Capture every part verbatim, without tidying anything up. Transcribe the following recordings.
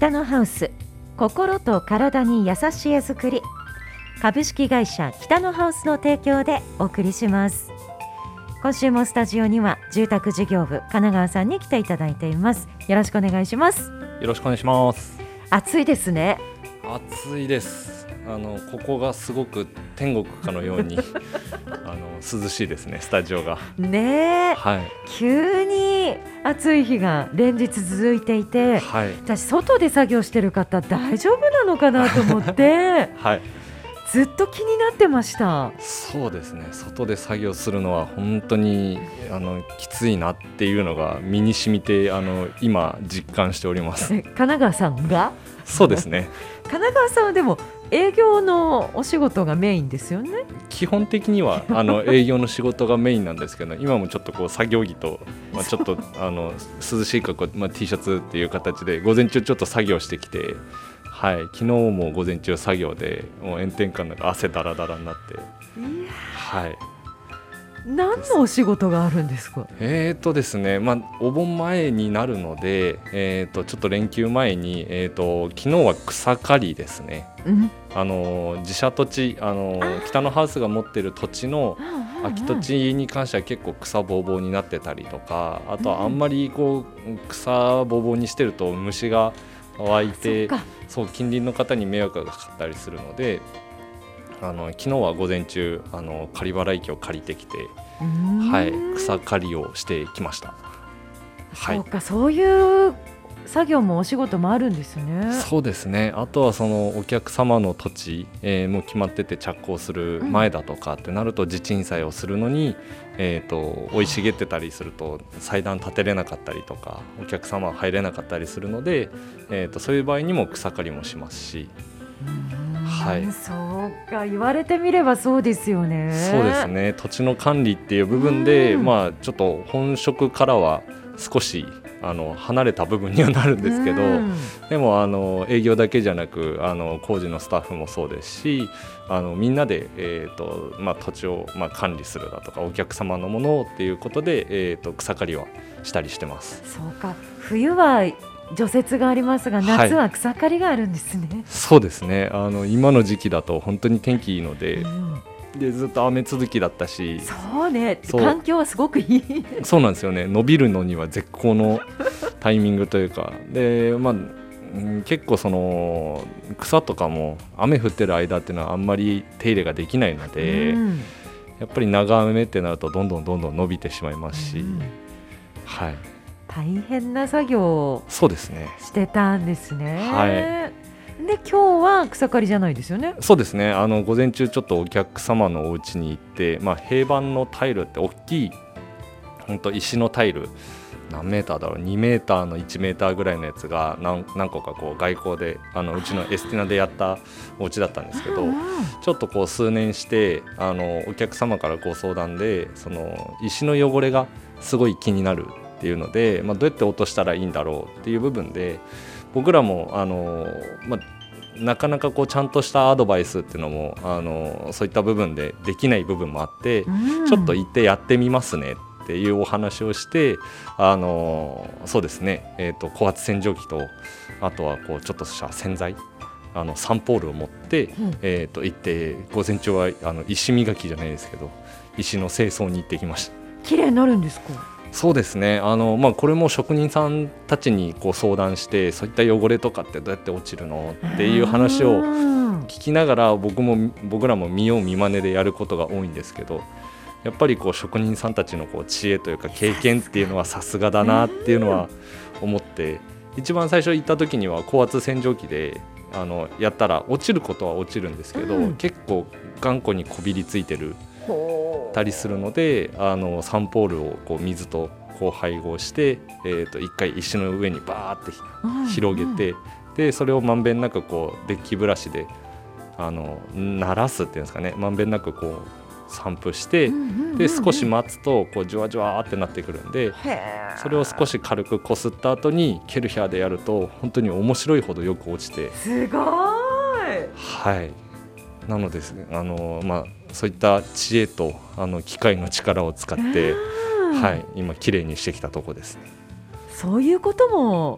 北のハウス、心と体に優しい絵作り、株式会社北のハウスの提供でお送りします。今週もスタジオには住宅事業部神奈川さんに来ていただいています。よろしくお願いします。 よろしくお願いします。 暑いですね。 暑いです。あのここがすごく天国かのようにあの涼しいですね、スタジオがねえ、はい、急に暑い日が連日続いていて、はい、私外で作業してる方大丈夫なのかなと思って、はい、ずっと気になってました。 そうですね、外で作業するのは本当にあのきついなっていうのが身に染みて、あの今実感しております。 え、神奈川さんが？ そうですね神奈川さんはでも営業のお仕事がメインですよね。 基本的にはあの営業の仕事がメインなんですけど、今もちょっとこう作業着と、まあ、ちょっとあの涼しい格好、まあ、T シャツっていう形で午前中ちょっと作業してきて、はい、昨日も午前中作業でもう炎天下の中汗だらだらになって、はい、 何のお仕事があるんですか？ えーとですね、まあ、お盆前になるので、えーとちょっと連休前に、えーと昨日は草刈りですね、うん、あの自社土地、あの北のハウスが持っている土地の空き土地に関しては結構草ぼうぼうになってたりとか、あとはあんまりこう草ぼうぼうにしてると虫が湧いて、そう近隣の方に迷惑がかかったりするので、あの昨日は午前中あの刈り払い機を借りてきて、はい、草刈りをしてきました。 そうか、はい、そういう作業もお仕事もあるんですね。 そうですね。あとはそのお客様の土地、えー、もう決まってて着工する前だとかってなると、地鎮祭をするのに、えー、と生い茂ってたりすると祭壇立てれなかったりとか、お客様は入れなかったりするので、えー、とそういう場合にも草刈りもしますし、 はい、そうか、言われてみればそうですよね。 そうですね、土地の管理っていう部分で、まあ、ちょっと本職からは少しあの離れた部分にはなるんですけど、でもあの営業だけじゃなく、あの工事のスタッフもそうですし、あのみんなで、えーとまあ、土地を、まあ、管理するだとかお客様のものをっていうことで、えーと草刈りはしたりしてます。 そうか、冬は除雪がありますが、夏は草刈りがあるんですね。はい、 そうですね、あの今の時期だと本当に天気いいので、うんでずっと雨続きだったし、 そうね、そう環境はすごくいいそうなんですよね。伸びるのには絶好のタイミングというかで、まあ、結構その草とかも雨降ってる間っていうのはあんまり手入れができないので、うん、やっぱり長雨ってなるとどんどんどんどん伸びてしまいますし、うん、はい、 大変な作業をしてたんですね。はい、で今日は草刈りじゃないですよね。 そうですね、あの午前中ちょっとお客様のお家に行って、まあ、平板のタイルって大きい本当石のタイル何メーターだろう、にメーターのいちメーターぐらいのやつが 何, 何個かこう外交であのうちのエスティナでやったお家だったんですけど、ちょっとこう数年してあのお客様からご相談で、その石の汚れがすごい気になるっていうので、まあ、どうやって落としたらいいんだろうっていう部分で、僕らもあの、まあ、なかなかこうちゃんとしたアドバイスっていうのもあのそういった部分でできない部分もあって、うん、ちょっと行ってやってみますねっていうお話をして、あのそうですね、えーと、高圧洗浄機とあとはこうちょっとした洗剤、あのサンポールを持って、うん、えーと行って午前中はあの石磨きじゃないですけど石の清掃に行ってきました。 綺麗になるんですか？ そうですね、あの、まあ、これも職人さんたちにこう相談して、そういった汚れとかってどうやって落ちるのっていう話を聞きながら、僕も僕らも見よう見まねでやることが多いんですけど、やっぱりこう職人さんたちのこう知恵というか経験っていうのはさすがだなっていうのは思って、一番最初行った時には高圧洗浄機であのやったら落ちることは落ちるんですけど、うん、結構頑固にこびりついてるたりするので、あのサンポールをこう水とこう配合して、えー、と一回石の上にバーって広げて、うんうん、でそれをまんべんなくこうデッキブラシであの鳴らすっていうんですかね、まんべんなくこう散布して、うんうんうんうん、で少し待つとこうジュワジュワってなってくるんで、それを少し軽くこすった後にケルヒャーでやると本当に面白いほどよく落ちて、 すごい、 はい、なのですね、あの、まあ、そういった知恵とあの機械の力を使って、はい、今きれいにしてきたところですね。 そういうことも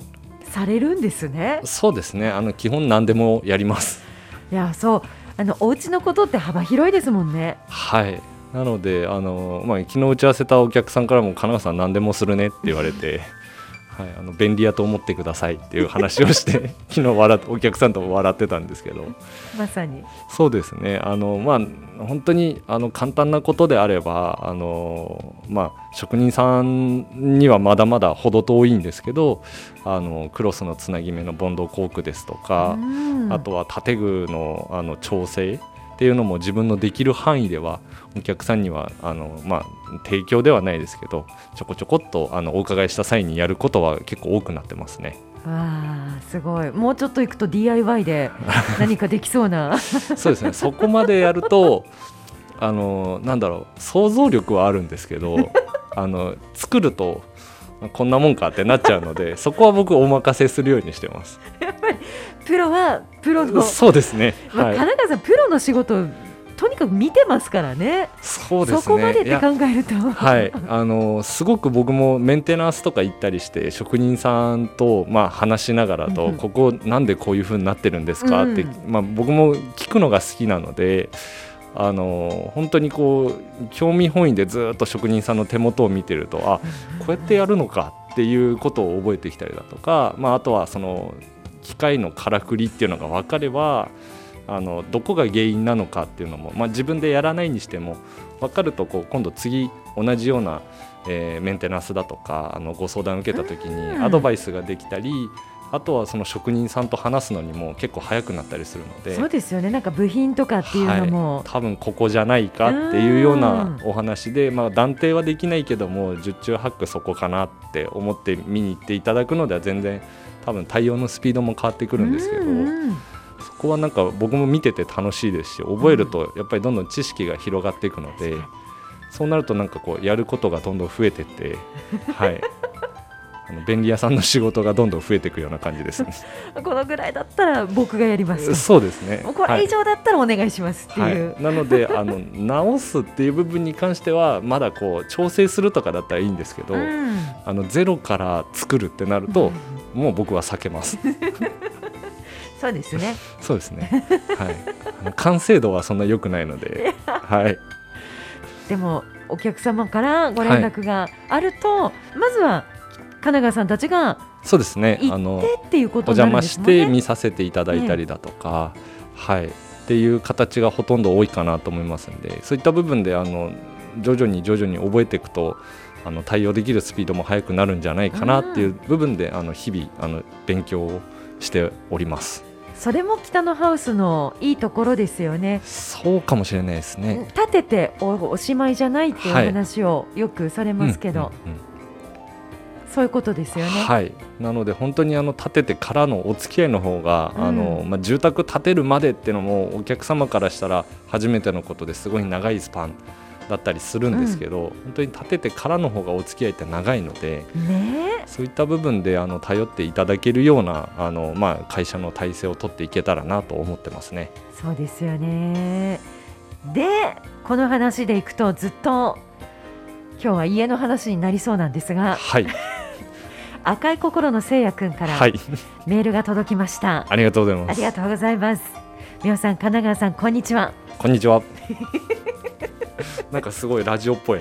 されるんですね。 そうですね、あの基本何でもやります。 いや、そうあのお家のことって幅広いですもんね。 はい、なのであの、まあ、昨日打ち合わせたお客さんからも金川さん何でもするねって言われてはい、あの便利屋と思ってくださいっていう話をして昨日笑お客さんとも笑ってたんですけど、 まさにそうですね、あの、まあ、本当にあの簡単なことであればあの、まあ、職人さんにはまだまだ程遠いんですけど、あのクロスのつなぎ目のボンドコークですとか、あとは建具 の, あの調整っていうのも自分のできる範囲ではお客さんにはあの、まあ、提供ではないですけどちょこちょこっとあのお伺いした際にやることは結構多くなってますね。 わあ、すごい。もうちょっと行くと ディーアイワイ で何かできそうなそうですね、そこまでやるとあのなんだろう、想像力はあるんですけどあの作るとこんなもんかってなっちゃうのでそこは僕お任せするようにしてます。 やっぱりプロはプロの、 そうですね、 まあはい、 金川さんプロの仕事とにかく見てますからね。 そうですね、 そこまでって考えるとはい、あのすごく僕もメンテナンスとか行ったりして職人さんと、まあ、話しながらと、うん、ここなんでこういう風になってるんですかって、うんまあ、僕も聞くのが好きなのであの本当にこう興味本位でずっと職人さんの手元を見てるとあこうやってやるのかっていうことを覚えてきたりだとか、まあ、あとはその機械のからくりっていうのが分かればあのどこが原因なのかっていうのも、まあ、自分でやらないにしても分かるとこう今度次同じような、えー、メンテナンスだとかあのご相談を受けた時にアドバイスができたり、あとはその職人さんと話すのにも結構早くなったりするので。 そうですよね、なんか部品とかっていうのも、 はい、多分ここじゃないかっていうようなお話で、まあ、断定はできないけども十中八九そこかなって思って見に行っていただくのでは全然多分対応のスピードも変わってくるんですけど、そこはなんか僕も見てて楽しいですし覚えるとやっぱりどんどん知識が広がっていくので、そうなるとなんかこうやることがどんどん増えていって、はい、あの便利屋さんの仕事がどんどん増えていくような感じですねこのぐらいだったら僕がやります。 そうですね、 これ以上だったらお願いしますっていう、 はい、なのであの直すっていう部分に関してはまだこう調整するとかだったらいいんですけど、うん、あのゼロから作るってなると、うん、もう僕は避けますそうですねそうですね、はい、あの完成度はそんな良くないので、はい、 でもお客様からご連絡があると、はい、まずは金川さんたちがそうですね、 行ってっていうことになるんですもんね。 お邪魔して見させていただいたりだとか、ねはい、っていう形がほとんど多いかなと思いますので、そういった部分であの徐々に徐々に覚えていくとあの対応できるスピードも速くなるんじゃないかなっていう部分で、うん、あの日々あの勉強をしております。 それも北のハウスのいいところですよね。 そうかもしれないですね。 立てて お, おしまいじゃないっていう話をよくされますけど、はいうんうんうん、そういうことですよね。 はい、なので本当にあの建ててからのお付き合いの方が、うんあのまあ、住宅建てるまでっていうのもお客様からしたら初めてのことですごい長いスパンだったりするんですけど、うん、本当に建ててからの方がお付き合いって長いので、 ね、 そういった部分であの頼っていただけるようなあの、まあ、会社の体制を取っていけたらなと思ってますね。 そうですよね。でこの話でいくとずっと今日は家の話になりそうなんですが、 はい赤い心のせいやくんからメールが届きました、はい、 ありがとうございます。 ありがとうございます。みおさん、神奈川さん、こんにちは。 こんにちはなんかすごいラジオっぽいな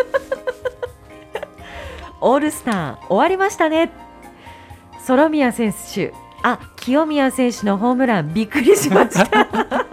オールスター終わりましたね。空宮選手、あ、清宮選手のホームランびっくりしました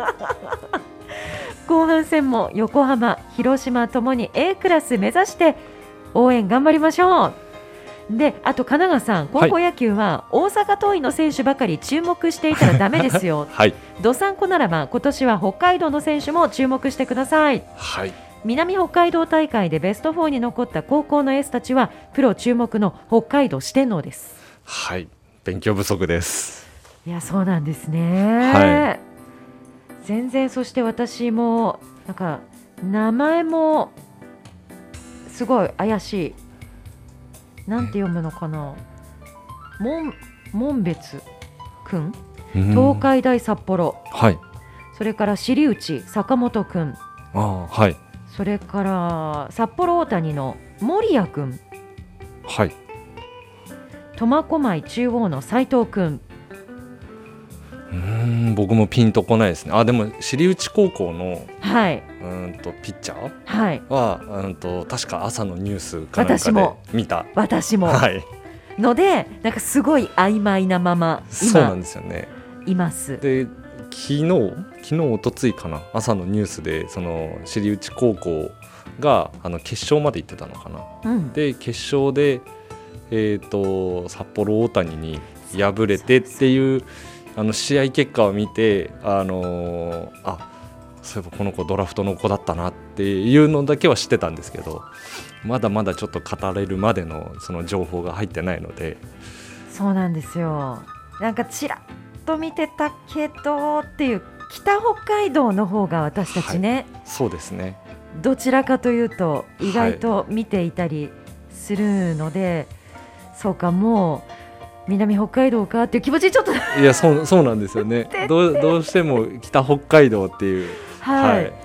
後半戦も横浜、広島ともに A クラス目指して応援頑張りましょう。で、あと神奈川さん、高校野球は大阪桐蔭の選手ばかり注目していたらダメですよ、 はい、 どさんこならば今年は北海道の選手も注目してください、 はい、 南北海道大会でベストよんに残った高校のエースたちはプロ注目の北海道四天王です。 はい、勉強不足です。 いや、そうなんですね、はい、全然。そして私もなんか名前もすごい怪しい、なんて読むのかな、門門別くん、東海大札幌、 はい、 それから尻内坂本くん、 あ、はい、 それから札幌大谷の森谷くん、 はい、 苫小牧中央の斉藤君。 うーん僕もピンとこないですね。あでも私内高校の、 はい、 うんとピッチャー、 はい、 はうんと確か朝のニュースかなんかで見た。 私も、 はい、 のでなんかすごい曖昧なまま今そうなんですよね。 います。 で昨日昨日おとついかな、朝のニュースでその私立高校があの決勝まで行ってたのかな、うん、で決勝で、えー、と札幌大谷に敗れてっていうあの試合結果を見て、あのー、あそういえばこの子ドラフトの子だったなっていうのだけは知ってたんですけど、まだまだちょっと語れるまでのその情報が入ってないので。 そうなんですよ。なんかちらっと見てたけどっていう、北北海道の方が私たちね、はい、 そうですね、 どちらかというと意外と見ていたりするので、はい、そうかもう南北海道かっていう気持ちにちょっといや そ, そうなんですよねどう、どうしても北北海道っていう、 はいはい、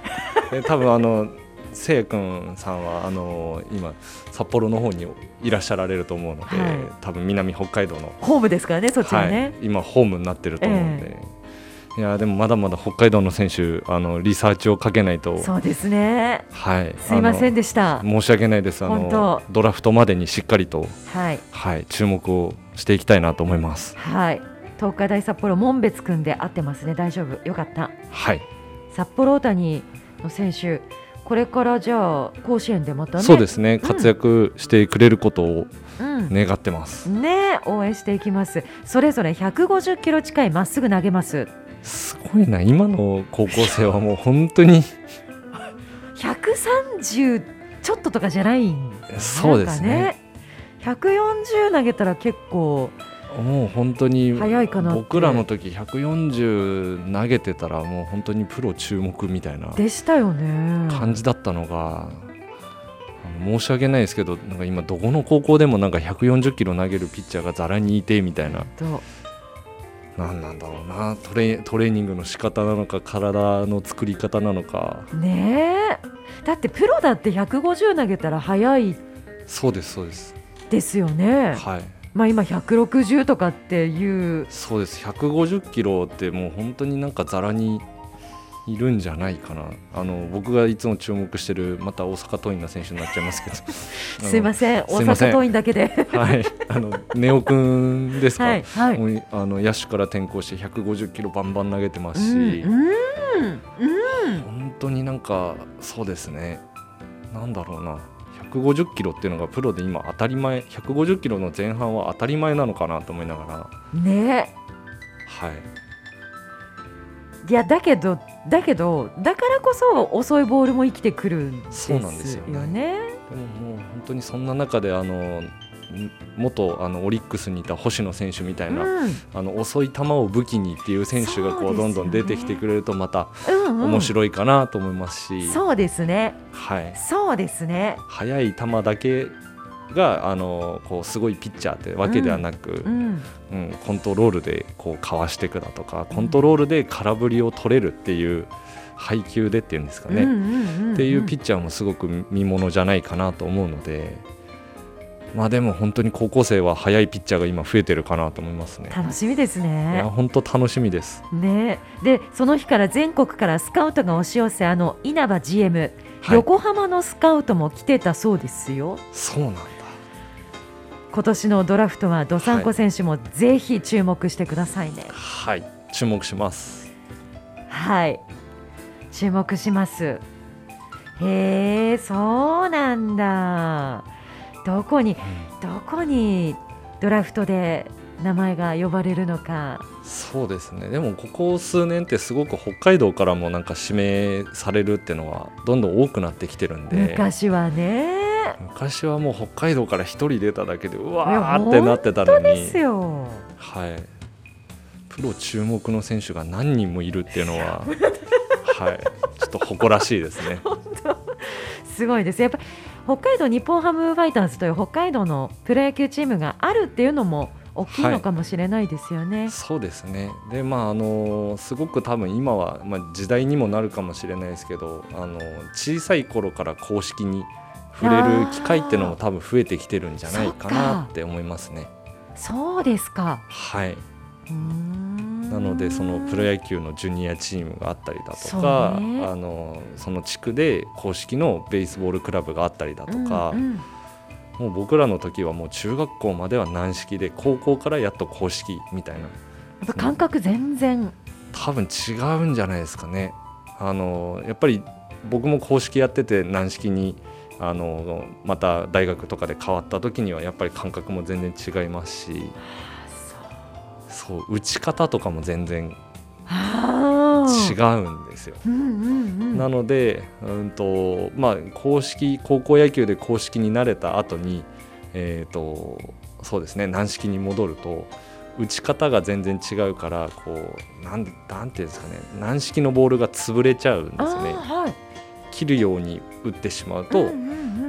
多分あのせいやくんさんはあの今札幌の方にいらっしゃられると思うので、はい、多分南北海道のホームですからね、そっちがね、はい、 今ホームになってると思うので、えー、いやでもまだまだ北海道の選手あのリサーチをかけないと。 そうですね、 はい、 すいませんでした。 申し訳ないです。あのドラフトまでにしっかりと、はいはい、注目をしていきたいなと思います。 はい、東海大札幌門別くんで合ってますね。大丈夫、よかった。 はい、 札幌大谷の選手、これからじゃあ甲子園でまたね、 そうですね、活躍してくれることを願ってます、 うん、ね、応援していきます。それぞれひゃくごじゅっキロ近いまっすぐ投げます。 すごいな、今の高校生はもう本当にひゃくさんじゅうちょっととかじゃないんです、 そうですね、 ひゃくよんじゅう投げたら結構もう本当に早いかなって。 僕らの時ひゃくよんじゅう投げてたらもう本当にプロ注目みたいなでしたよね、 感じだったのが、あの申し訳ないですけど、なんか今どこの高校でもなんかひゃくよんじゅっキロ投げるピッチャーがざらにいてみたいな、なんなんだろうな、トレ、トレーニングの仕方なのか体の作り方なのかねえ、だってプロだってひゃくごじゅう投げたら速い。 そうですそうですですよね。 はい、 まあ、今ひゃくろくじゅうとかっていう。 そうです、ひゃくごじゅっキロってもう本当になんかざらにいるんじゃないかな。あの僕がいつも注目してる、また大阪桐蔭の選手になっちゃいますけどすいません、大阪桐蔭だけではい、あのネオくんですか、 はいはい、 もうあの野手から転向してひゃくごじゅっキロバンバン投げてますし、 うんうんうん、 本当になんかそうですね、なんだろうな、ひゃくごじゅっキロっていうのがプロで今当たり前、ひゃくごじゅっキロの前半は当たり前なのかなと思いながらね。 はい、 いやだけどだけどだからこそ遅いボールも生きてくるんですよね。 そうなんですよね。でももう本当にそんな中であの元あのオリックスにいた星野選手みたいな、うん、あの遅い球を武器にっていう選手がこうどんどん出てきてくれるとまた面白いかなと思いますし、うんうん、 そうですね、 はい、 そうですね、 速い球だけがあのこうすごいピッチャーってわけではなく、うんうん、コントロールでこうかわしていくだとか、コントロールで空振りを取れるっていう配球でっていうんですかね、っていうピッチャーもすごく見ものじゃないかなと思うので、まあでも本当に高校生は速いピッチャーが今増えてるかなと思いますね。 楽しみですね。 いや本当楽しみです、 ね、でその日から全国からスカウトが押し寄せ、あの稲葉 ジーエム、はい、横浜のスカウトも来てたそうですよ。 そうなんだ。 今年のドラフトはどさんこ選手もぜひ注目してくださいね。 はい、はい、注目します。 はい、注目します。へえ、そうなんだ。どこに、どこにドラフトで名前が呼ばれるのか。 そうですね。でもここ数年ってすごく北海道からもなんか指名されるっていうのはどんどん多くなってきてるんで。 昔はね、 昔はもう北海道から一人出ただけでうわーってなってたのに、 本当ですよ、 はい、プロ注目の選手が何人もいるっていうのははい、ちょっと誇らしいですね。 本当すごいです。やっぱり北海道日本ハムファイターズという北海道のプロ野球チームがあるっていうのも大きいのかもしれないですよね。はい、 そうですね。で、まああのすごく多分今は、まあ、時代にもなるかもしれないですけど、あの小さい頃から公式に触れる機会っていうのも多分増えてきてるんじゃないかなって思いますね。 そうですか。 はい。 うーんなのでそのプロ野球のジュニアチームがあったりだとか、 そうねあのその地区で公式のベースボールクラブがあったりだとか、 うんうん、 もう僕らの時はもう中学校までは軟式で高校からやっと公式みたいな、 やっぱ感覚全然多分違うんじゃないですかね。あのやっぱり僕も公式やってて軟式にあのまた大学とかで変わった時にはやっぱり感覚も全然違いますし、そう打ち方とかも全然違うんですよ。 うんうんうん、 なので、うんとまあ、公式高校野球で公式になれた後に、えーとそうですね、軟式に戻ると打ち方が全然違うから、こうなんなんていうんですかね、軟式のボールが潰れちゃうんですよね。 はい、 切るように打ってしまうと、 うんうんうん、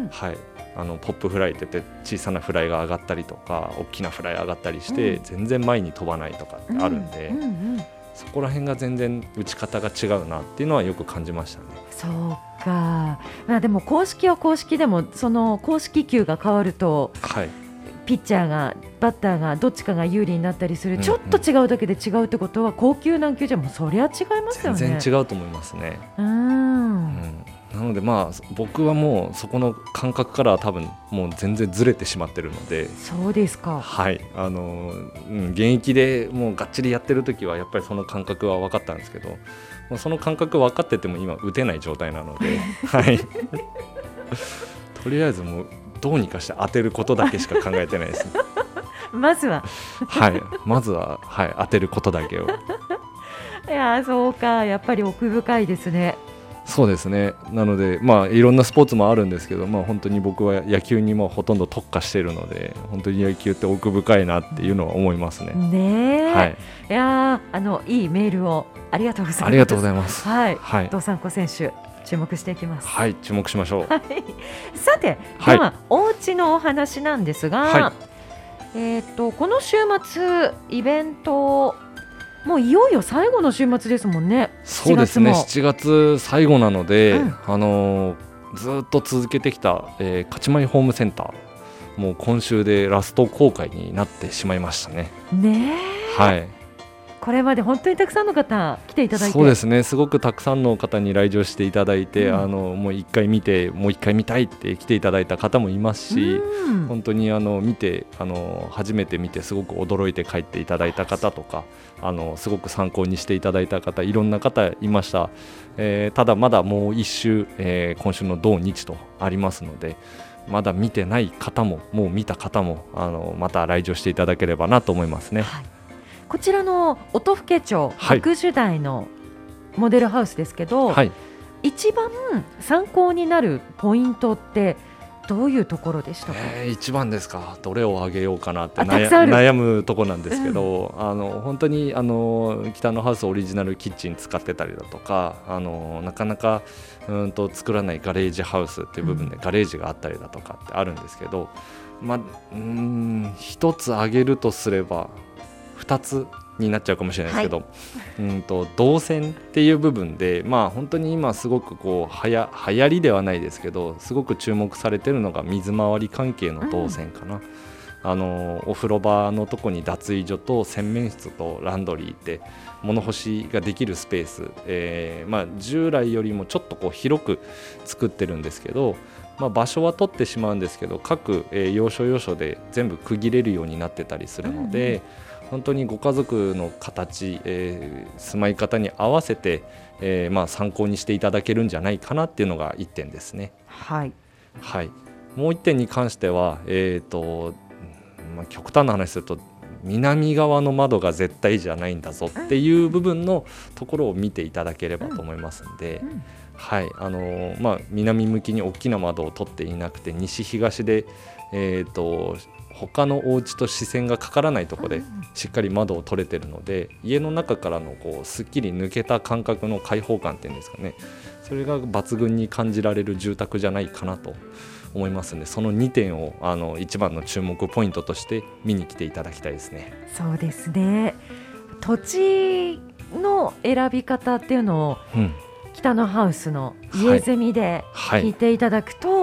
はい、あのポップフライって言って小さなフライが上がったりとか大きなフライ上がったりして、うん、全然前に飛ばないとかってあるんで、うんうんうん、そこら辺が全然打ち方が違うなっていうのはよく感じましたね。 そうか、まあ、でも公式は公式でもその公式球が変わると、はい、ピッチャーがバッターがどっちかが有利になったりする、うんうん、ちょっと違うだけで違うってことは高級軟球じゃもうそりゃ違いますよね。 全然違うと思いますね。 うん、うんなのでまあ僕はもうそこの感覚からは多分もう全然ずれてしまってるので。 そうですか。 はい、あの、うん、現役でもうがっちりやってる時はやっぱりその感覚は分かったんですけど、もうその感覚分かってても今打てない状態なので、はい、とりあえずもうどうにかして当てることだけしか考えてないです、ね、 まずははい、まずは、はい、当てることだけを。 いやそうか、やっぱり奥深いですね。 そうですね。なので、まあ、いろんなスポーツもあるんですけど、まあ、本当に僕は野球にもほとんど特化しているので、本当に野球って奥深いなっていうのは思いますね。 ねえ、 はい、 いやあのいいメールをありがとうございます。 ありがとうございます。 はい、 はい、 道産子選手注目していきます。 はい、注目しましょう。 はい、さて、はい、ではお家のお話なんですが、はい、えー、とこの週末イベントもういよいよ最後の週末ですもんね。 そうですね、しちがつ最後なので、うん、あのー、ずっと続けてきた、えー、勝ち前ホームセンターもう今週でラスト公開になってしまいましたね。 ねえ、 はい、 これまで本当にたくさんの方来ていただいて。 そうですね、すごくたくさんの方に来場していただいて、うん、あのもういっかい見てもういっかい見たいって来ていただいた方もいますし、うん、本当にあの見てあの初めて見てすごく驚いて帰っていただいた方とか、あのすごく参考にしていただいた方、いろんな方いました。えー、ただまだもう一週、えー、今週の土日とありますので、まだ見てない方ももう見た方もあのまた来場していただければなと思いますね。はい、 こちらの音更町ろくじゅうだいのモデルハウスですけど、はい、一番参考になるポイントってどういうところでしたか？ えー、一番ですか、どれを挙げようかなって悩むところなんですけど、うん、あの本当にあの北のハウスオリジナルキッチン使ってたりだとか、あのなかなかうんと作らないガレージハウスっていう部分でガレージがあったりだとかってあるんですけど、まあ、うーん一つ挙げるとすればふたつになっちゃうかもしれないですけど、はい、うんと動線っていう部分で、まあ、本当に今すごくこうはや流行りではないですけど、すごく注目されているのが水回り関係の動線かな。うん、あのお風呂場のとこに脱衣所と洗面室とランドリーって物干しができるスペース、えーまあ、従来よりもちょっとこう広く作ってるんですけど、まあ、場所は取ってしまうんですけど、各、えー、要所要所で全部区切れるようになってたりするので、うんうん、本当にご家族の形、えー、住まい方に合わせて、えーまあ、参考にしていただけるんじゃないかなっていうのがいってんですね。 はい、 はい、もういってんに関しては、えーとまあ、極端な話すると南側の窓が絶対じゃないんだぞっていう部分のところを見ていただければと思いますので、うんうん、はいあのーまあ、南向きに大きな窓を取っていなくて西東で、えーと他のお家と視線がかからないところでしっかり窓を取れてるので、家の中からのこうすっきり抜けた感覚の開放感っていうんですかね、それが抜群に感じられる住宅じゃないかなと思いますので、そのにてんをあの一番の注目ポイントとして見に来ていただきたいですね。 そうですね、土地の選び方っていうのを、うん、北のハウスの家ゼミで聞いていただくと、はいはい、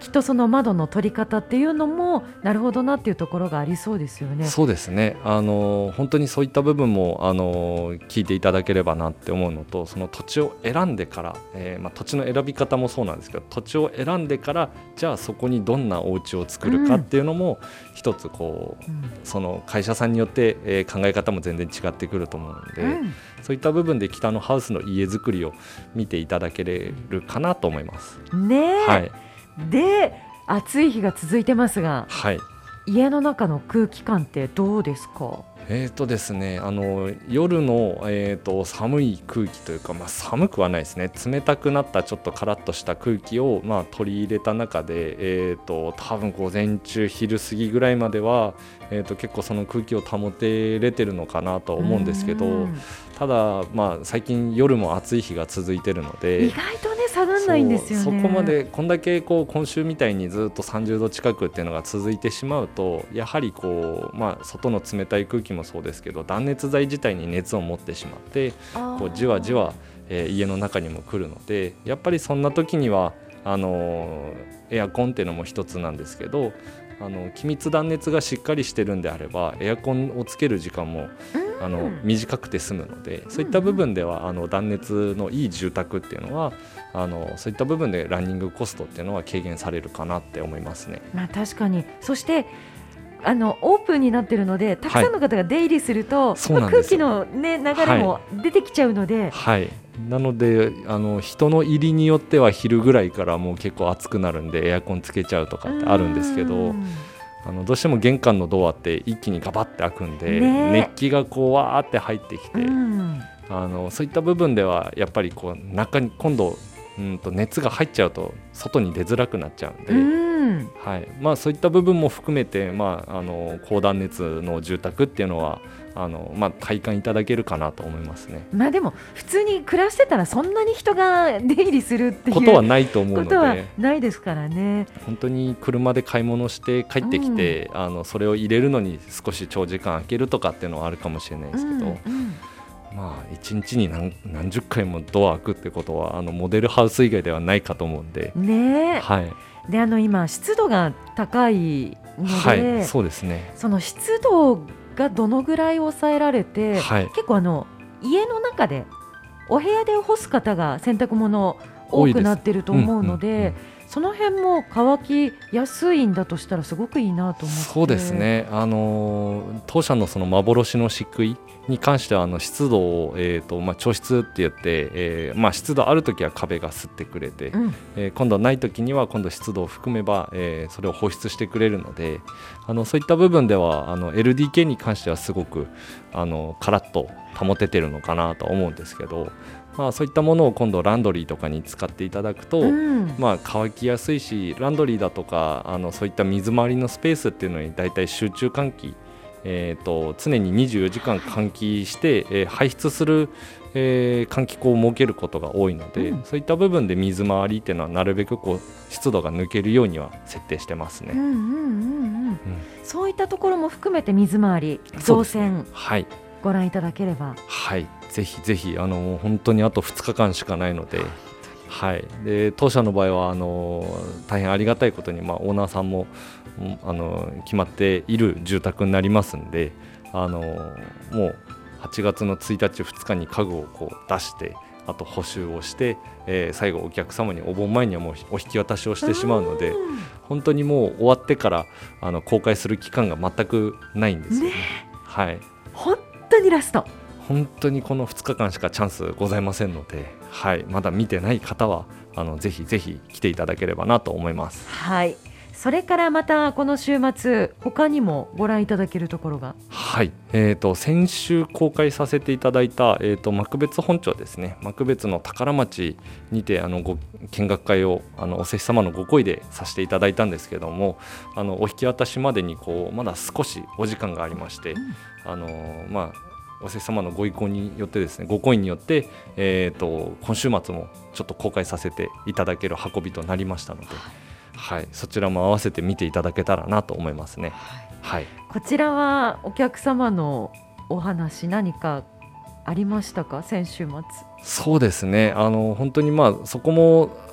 きっとその窓の取り方っていうのもなるほどなっていうところがありそうですよね。 そうですね、あの本当にそういった部分もあの聞いていただければなって思うのと、その土地を選んでから、えーまあ、土地の選び方もそうなんですけど、土地を選んでからじゃあそこにどんなお家を作るかっていうのも一つこう、うん、その会社さんによって、えー、考え方も全然違ってくると思うので、うん、そういった部分で北のハウスの家づくりを見ていただけるかなと思いますね。 はい、 で暑い日が続いてますが、 はい、 家の中の空気感ってどうですか？ えーとですね、あの夜の、えーと寒い空気というか、まあ、寒くはないですね、冷たくなったちょっとカラッとした空気を、まあ、取り入れた中で、えーと多分午前中昼過ぎぐらいまでは、えーと結構その空気を保てれてるのかなと思うんですけど、ただ、まあ、最近夜も暑い日が続いてるので、 意外とね下がらないんですよね。 そ, そこまでこんだけこう今週みたいにずっとさんじゅうど近くっていうのが続いてしまうと、やはりこう、まあ、外の冷たい空気もそうですけど、断熱材自体に熱を持ってしまってこうじわじわ、えー、家の中にも来るので、やっぱりそんな時にはあのー、エアコンっていうのも一つなんですけど、あの気密断熱がしっかりしてるんであればエアコンをつける時間もあの短くて済むので、そういった部分ではあの断熱のいい住宅っていうのはあのそういった部分でランニングコストっていうのは軽減されるかなって思いますね。 まあ、確かに。そしてあのオープンになっているので、たくさんの方が出入りすると、はい、空気の、ね、流れも出てきちゃうので、 はいはい、なのであの人の入りによっては昼ぐらいからもう結構暑くなるんでエアコンつけちゃうとかってあるんですけど、あのどうしても玄関のドアって一気にガバッて開くんで、ね、熱気がこうわーって入ってきて、あのそういった部分ではやっぱりこう中に今度うんと熱が入っちゃうと外に出づらくなっちゃうんで、うんはいまあ、そういった部分も含めて、まあ、あの高断熱の住宅っていうのはあの、まあ、体感いただけるかなと思いますね。 まあ、でも普通に暮らしてたらそんなに人が出入りするっていうことはないと思うので、 ことはないですからね。 本当に車で買い物して帰ってきて、うん、あのそれを入れるのに少し長時間空けるとかっていうのはあるかもしれないですけど、うんうんまあ、いちにちに 何, 何十回もドア開くってことはあのモデルハウス以外ではないかと思うんで、 ねはい、 であの今湿度が高いので、 はい、そうですね、 その湿度がどのぐらい抑えられて、はい、結構あの家の中でお部屋で干す方が洗濯物多くなっていると思うので、うんうんうん、その辺も乾きやすいんだとしたらすごくいいなと思って。 そうですね、あの当社のその幻の漆喰に関してはあの湿度を、えーとまあ、調湿って言って、えーまあ、湿度あるときは壁が吸ってくれて、うんえー、今度ないときには今度湿度を含めば、えー、それを放出してくれるので、あのそういった部分ではあの エルディーケー に関してはすごくあのカラッと保ててるのかなと思うんですけど、まあ、そういったものを今度ランドリーとかに使っていただくと、うんまあ、乾きやすいし、ランドリーだとかあのそういった水回りのスペースっていうのにだいたい集中換気、えー、と常ににじゅうよじかん換気して、えー、排出する、えー、換気口を設けることが多いので、うん、そういった部分で水回りっていうのはなるべくこう湿度が抜けるようには設定してますね。うんうんうんうんうん、そういったところも含めて水回り造船、はい、ご覧いただければ、 はい、ぜひぜひあの本当にあとふつかかんしかないので、はい、で当社の場合はあの大変ありがたいことに、まあ、オーナーさんもあの決まっている住宅になりますので、あのもうはちがつのついたちふつかに家具をこう出して、あと補修をして、えー、最後お客様にお盆前にはもうお引き渡しをしてしまうので、本当にもう終わってからあの公開する期間が全くないんですよね。ねはい、 本当にラスト本当にこのふつかかんしかチャンスございませんので、はい、まだ見てない方はあのぜひぜひ来ていただければなと思います。 はい、それからまたこの週末他にもご覧いただけるところが、 はい、えー、と先週公開させていただいた、えー、と幕別本町ですね、幕別の宝町にてあのご見学会をあのお施主様のご厚意でさせていただいたんですけども、あのお引き渡しまでにこうまだ少しお時間がありまして、うん、あのまあお施主様のご意向によってですね、ご好意によって、えー、と今週末もちょっと公開させていただける運びとなりましたので、はい、そちらも合わせて見ていただけたらなと思いますね。はい、 こちらはお客様のお話何かありましたか、先週末。 そうですね、あの本当にまあそこも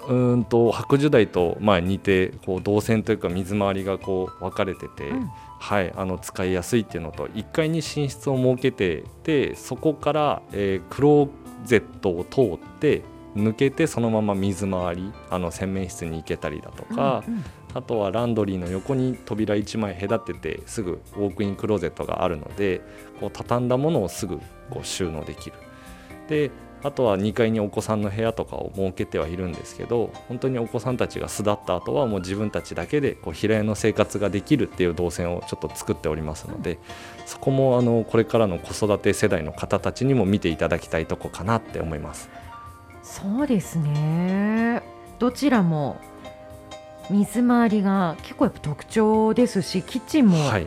うーんと白樹台とまあ似てこう動線というか水回りがこう分かれてて、うん、はい、あの使いやすいっていうのといっかいに寝室を設けてでそこから、えー、クローゼットを通って抜けてそのまま水回りあの洗面室に行けたりだとか、うんうん、あとはランドリーの横に扉いちまい隔ててすぐウォークインクローゼットがあるのでこう畳んだものをすぐこう収納できる。であとはにかいにお子さんの部屋とかを設けてはいるんですけど本当にお子さんたちが巣立った後はもう自分たちだけでこう平屋の生活ができるっていう動線をちょっと作っておりますのでそこもあのこれからの子育て世代の方たちにも見ていただきたいとこかなって思います。 そうですね、どちらも水回りが結構やっぱ特徴ですしキッチンもね、はい、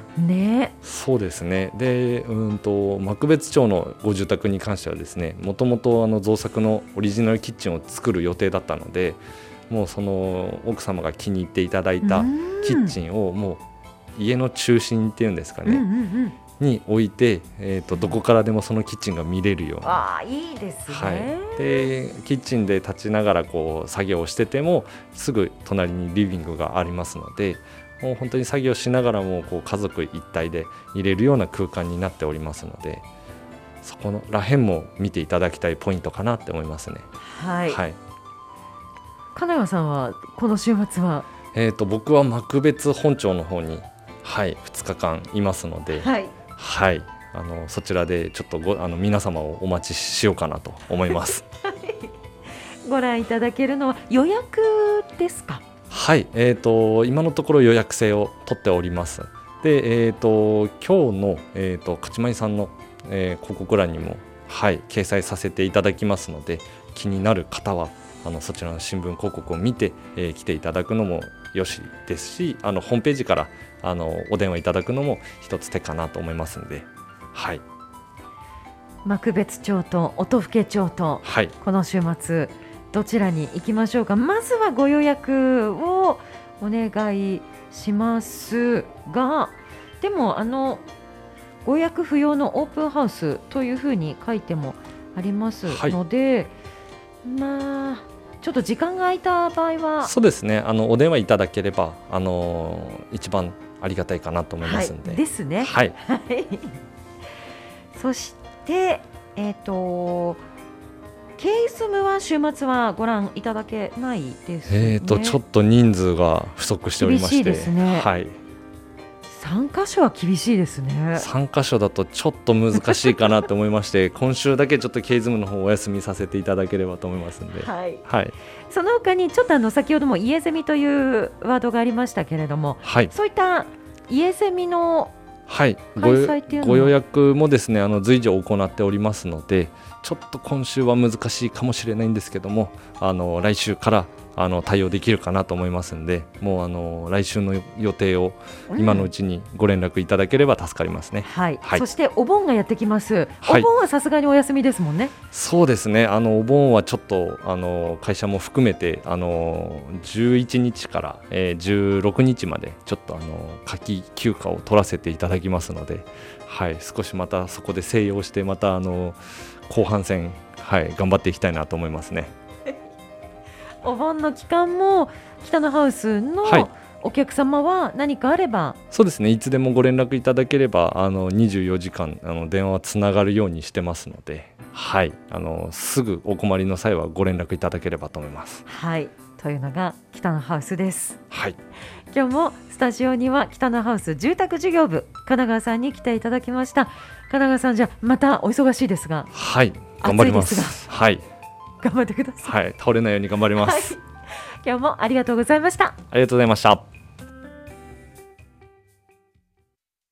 そうですね。でうんと幕別町のご住宅に関してはですねもともとあの造作のオリジナルキッチンを作る予定だったのでもうその奥様が気に入っていただいたキッチンをもう家の中心っていうんですかね、うんうんうんに置いて、えーと、どこからでもそのキッチンが見れるような。 あ、いいですね、 はい、でキッチンで立ちながらこう作業をしててもすぐ隣にリビングがありますのでもう本当に作業しながらもこう家族一体で入れるような空間になっておりますのでそこら辺も見ていただきたいポイントかなって思いますね。 はい、はい、金谷さんはこの週末は、 えーと、僕は幕別本町の方に、はい、ふつかかんいますので、 はいはい、あのそちらでちょっとごあの皆様をお待ちしようかなと思います、 はい、ご覧いただけるのは予約ですか？ はい、えーと、今のところ予約制を取っております。で、えーと、今日の、えーと、勝ちまりさんの、えー、広告欄にも、はい、掲載させていただきますので気になる方はあのそちらの新聞広告を見て、えー、来ていただくのもよしですしあのホームページからあのお電話いただくのも一つ手かなと思いますので、はい、 幕別町と音更町と、はい、この週末どちらに行きましょうか？まずはご予約をお願いしますがでもあのご予約不要のオープンハウスというふうに書いてもありますので、はい、まあちょっと時間が空いた場合はそうですねあのお電話いただければあの一番ありがたいかなと思いますので、 はい、ですね、 はい、 そして、えーと、ケイスムは週末はご覧いただけないですね。 えーと、ちょっと人数が不足しておりまして厳しいですね、 はい、 さんかしょは厳しいですね。 さんかしょだとちょっと難しいかなと思いまして今週だけちょっとケイズムの方お休みさせていただければと思いますので、 はいはい、 その他にちょっとあの先ほども家ゼミというワードがありましたけれども、はい、そういった家ゼミの開催っていうのは、 はい、ご, ご予約もですねあの随時行っておりますのでちょっと今週は難しいかもしれないんですけどもあの来週からあの対応できるかなと思いますのでもうあの来週の予定を今のうちにご連絡いただければ助かりますね、 うんはいはい、そしてお盆がやってきます、はい、お盆はさすがにお休みですもんね。 そうですねあのお盆はちょっとあの会社も含めてあのじゅういちにちから、えー、じゅうろくにちまでちょっとあの夏季休暇を取らせていただきますので、はい、少しまたそこで静養してまたあの後半戦、はい、頑張っていきたいなと思いますね。 お盆の期間も北のハウスのお客様は何かあれば、はい、 そうですねいつでもご連絡いただければあのにじゅうよじかんあの電話はつながるようにしてますので、はい、あのすぐお困りの際はご連絡いただければと思います。 はいというのが北のハウスです、 はい、 今日もスタジオには北のハウス住宅事業部神奈川さんに来ていただきました。神奈川さんじゃまたお忙しいですがはい頑張ります。 暑いですがはい頑張ってください。 はい、倒れないように頑張ります、 はい、今日もありがとうございました。 ありがとうございました。